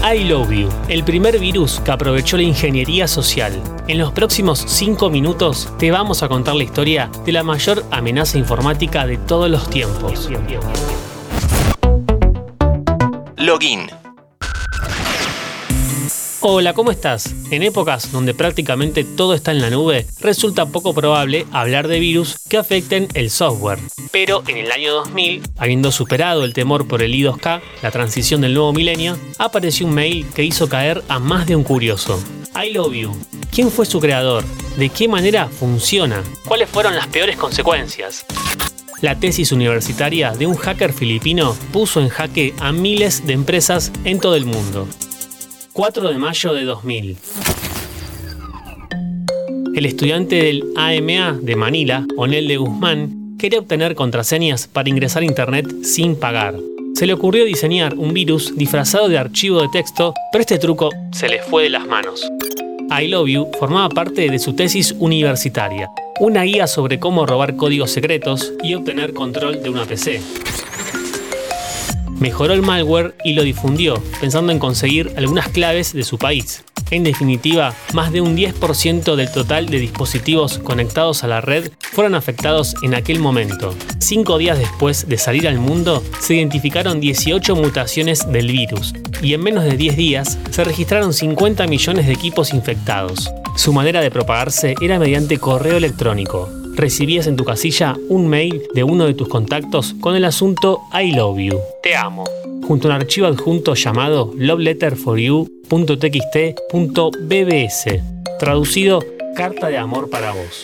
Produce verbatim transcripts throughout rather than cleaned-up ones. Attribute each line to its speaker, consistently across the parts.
Speaker 1: I Love You, el primer virus que aprovechó la ingeniería social. En los próximos cinco minutos te vamos a contar la historia de la mayor amenaza informática de todos los tiempos.
Speaker 2: Login.
Speaker 1: Hola, ¿cómo estás? En épocas donde prácticamente todo está en la nube, resulta poco probable hablar de virus que afecten el software. Pero en el año dos mil, habiendo superado el temor por el I dos K, la transición del nuevo milenio, apareció un mail que hizo caer a más de un curioso. I Love You. ¿Quién fue su creador? ¿De qué manera funciona? ¿Cuáles fueron las peores consecuencias? La tesis universitaria de un hacker filipino puso en jaque a miles de empresas en todo el mundo. cuatro de mayo de dos mil. El estudiante del A M A de Manila, Onel de Guzmán, quería obtener contraseñas para ingresar a internet sin pagar. Se le ocurrió diseñar un virus disfrazado de archivo de texto, pero este truco se le fue de las manos. I Love You formaba parte de su tesis universitaria, una guía sobre cómo robar códigos secretos y obtener control de una P C. Mejoró el malware y lo difundió, pensando en conseguir algunas claves de su país. En definitiva, más de un diez por ciento del total de dispositivos conectados a la red fueron afectados en aquel momento. Cinco días después de salir al mundo, se identificaron dieciocho mutaciones del virus, y en menos de diez días se registraron cincuenta millones de equipos infectados. Su manera de propagarse era mediante correo electrónico. Recibías en tu casilla un mail de uno de tus contactos con el asunto I love you, te amo, junto a un archivo adjunto llamado love letter for you punto t x t punto b b s, traducido carta de amor para vos.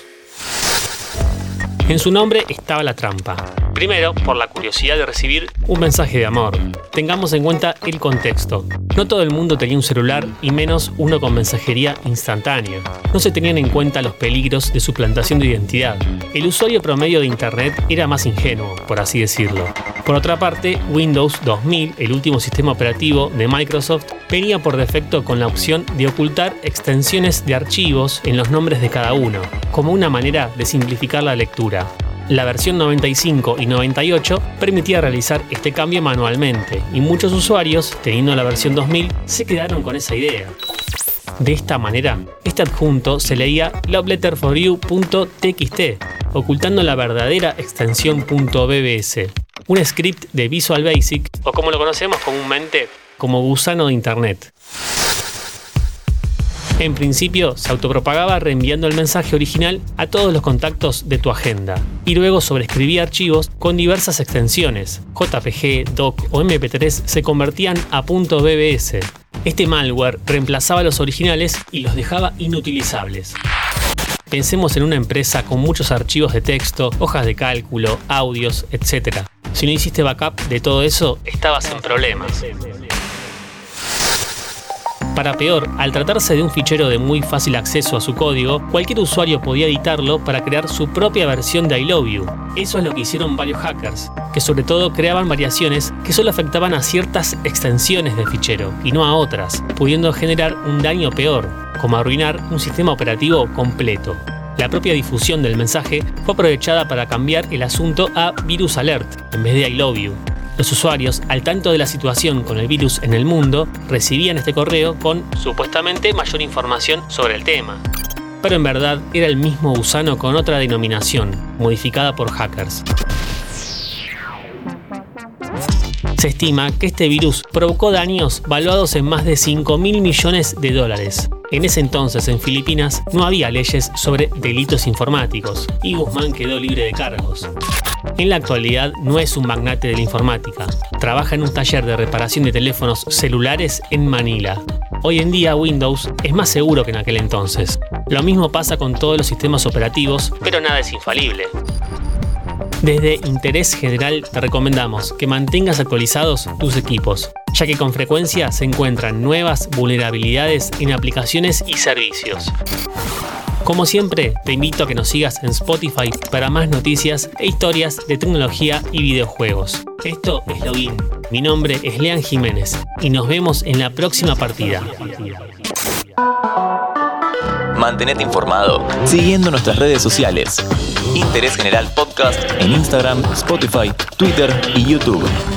Speaker 1: En su nombre estaba la trampa. Primero, por la curiosidad de recibir un mensaje de amor. Tengamos en cuenta el contexto. No todo el mundo tenía un celular y menos uno con mensajería instantánea. No se tenían en cuenta los peligros de suplantación de identidad. El usuario promedio de Internet era más ingenuo, por así decirlo. Por otra parte, Windows dos mil, el último sistema operativo de Microsoft, venía por defecto con la opción de ocultar extensiones de archivos en los nombres de cada uno, como una manera de simplificar la lectura. La versión noventa y cinco y noventa y ocho permitía realizar este cambio manualmente, y muchos usuarios, teniendo la versión dos mil, se quedaron con esa idea. De esta manera, este adjunto se leía love letter for you punto t x t, ocultando la verdadera extensión .bbs, un script de Visual Basic, o como lo conocemos comúnmente, como gusano de Internet. En principio, se autopropagaba reenviando el mensaje original a todos los contactos de tu agenda, y luego sobreescribía archivos con diversas extensiones. J P G, doc o M P tres se convertían a .bbs. Este malware reemplazaba los originales y los dejaba inutilizables. Pensemos en una empresa con muchos archivos de texto, hojas de cálculo, audios, etcétera. Si no hiciste backup de todo eso, estabas en problemas. Para peor, al tratarse de un fichero de muy fácil acceso a su código, cualquier usuario podía editarlo para crear su propia versión de I Love You. Eso es lo que hicieron varios hackers, que sobre todo creaban variaciones que solo afectaban a ciertas extensiones del fichero y no a otras, pudiendo generar un daño peor, como arruinar un sistema operativo completo. La propia difusión del mensaje fue aprovechada para cambiar el asunto a Virus Alert en vez de I Love You. Los usuarios, al tanto de la situación con el virus en el mundo, recibían este correo con, supuestamente, mayor información sobre el tema. Pero en verdad era el mismo gusano con otra denominación, modificada por hackers. Se estima que este virus provocó daños valuados en más de cinco mil millones de dólares. En ese entonces, en Filipinas, no había leyes sobre delitos informáticos, y Guzmán quedó libre de cargos. En la actualidad no es un magnate de la informática. Trabaja en un taller de reparación de teléfonos celulares en Manila. Hoy en día Windows es más seguro que en aquel entonces. Lo mismo pasa con todos los sistemas operativos, pero nada es infalible. Desde Interés General te recomendamos que mantengas actualizados tus equipos, ya que con frecuencia se encuentran nuevas vulnerabilidades en aplicaciones y servicios. Como siempre, te invito a que nos sigas en Spotify para más noticias e historias de tecnología y videojuegos. Esto es Login. Mi nombre es Lean Jiménez y nos vemos en la próxima partida.
Speaker 2: Mantenete informado siguiendo nuestras redes sociales. Interés General Podcast en Instagram, Spotify, Twitter y YouTube.